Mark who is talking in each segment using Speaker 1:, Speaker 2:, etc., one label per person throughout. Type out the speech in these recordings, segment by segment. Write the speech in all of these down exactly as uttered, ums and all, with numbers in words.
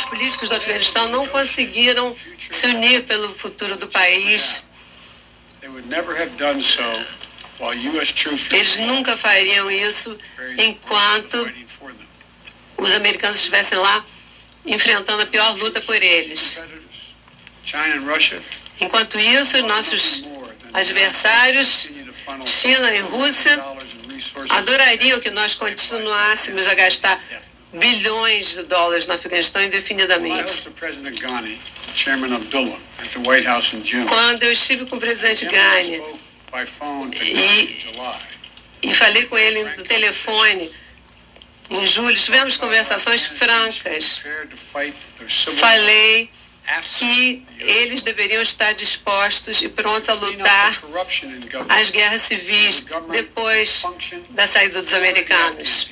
Speaker 1: líderes políticos do Afeganistão não conseguiram se unir pelo futuro do país. Eles nunca fariam isso enquanto os americanos estivessem lá enfrentando a pior luta por eles. Enquanto isso, nossos adversários, China e Rússia, adorariam que nós continuássemos a gastar bilhões de dólares no Afeganistão indefinidamente. Quando eu estive com o presidente Ghani e, e falei com ele no telefone em julho, tivemos conversações francas. Falei que eles deveriam estar dispostos e prontos a lutar as guerras civis depois da saída dos americanos.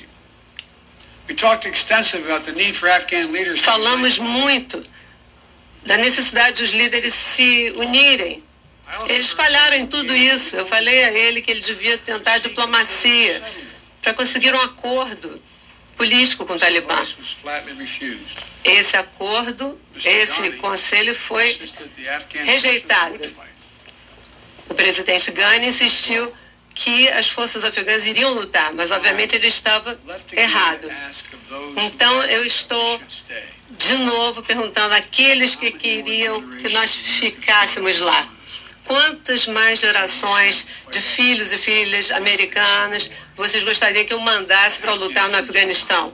Speaker 1: Falamos muito da necessidade dos líderes se unirem. Eles falharam em tudo isso. Eu falei a ele que ele devia tentar diplomacia para conseguir um acordo político com o Talibã. Esse acordo, esse conselho foi rejeitado. O presidente Ghani insistiu que as forças afegãs iriam lutar, mas obviamente ele estava errado. Então eu estou de novo perguntando àqueles que queriam que nós ficássemos lá. Quantas mais gerações de filhos e filhas americanas vocês gostariam que eu mandasse para lutar no Afeganistão?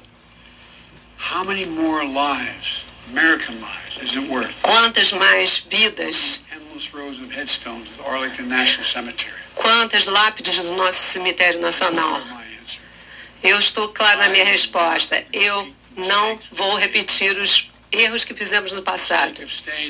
Speaker 1: Quantas mais vidas? Quantas lápides do nosso cemitério nacional? Eu estou claro na minha resposta. Eu não vou repetir os erros que fizemos no passado.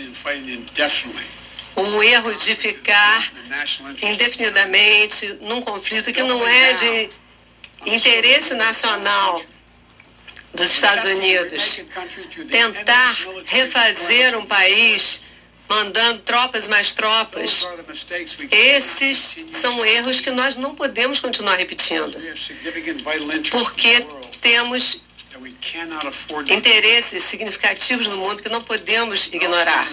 Speaker 1: O erro de ficar indefinidamente num conflito que não é de interesse nacional dos Estados Unidos. Tentar refazer um país mandando tropas mais tropas. Esses são erros que nós não podemos continuar repetindo, porque temos interesses significativos no mundo que não podemos ignorar.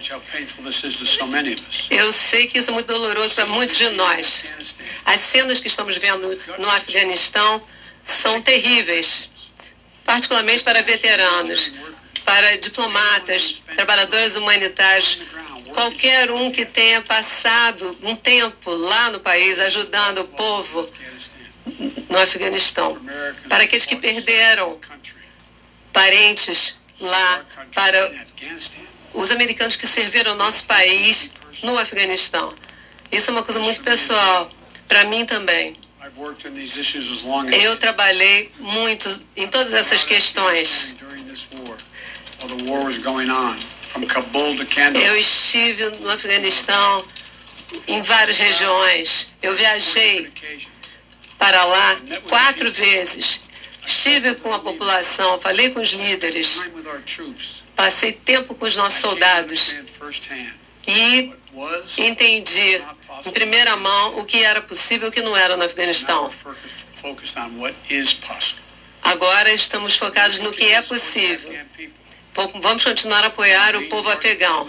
Speaker 1: Eu sei que isso é muito doloroso para muitos de nós. As cenas que estamos vendo no Afeganistão são terríveis, particularmente para veteranos, para diplomatas, trabalhadores humanitários, qualquer um que tenha passado um tempo lá no país ajudando o povo no Afeganistão, para aqueles que perderam parentes lá, para os americanos que serviram o nosso país no Afeganistão. Isso é uma coisa muito pessoal, para mim também. Eu trabalhei muito em todas essas questões. Eu estive no Afeganistão em várias regiões. Eu viajei para lá quatro vezes. Estive com a população, falei com os líderes, passei tempo com os nossos soldados e entendi em primeira mão o que era possível e o que não era no Afeganistão. Agora estamos focados no que é possível. Vamos continuar a apoiar o povo afegão.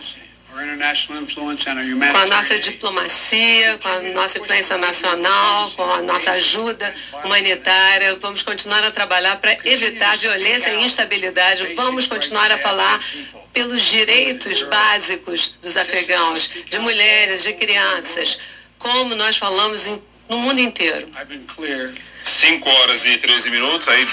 Speaker 1: Com a nossa diplomacia, com a nossa influência nacional, com a nossa ajuda humanitária, vamos continuar a trabalhar para evitar violência e instabilidade. Vamos continuar a falar pelos direitos básicos dos afegãos, de mulheres, de crianças, como nós falamos em, no mundo inteiro.
Speaker 2: cinco horas e treze minutos. Aí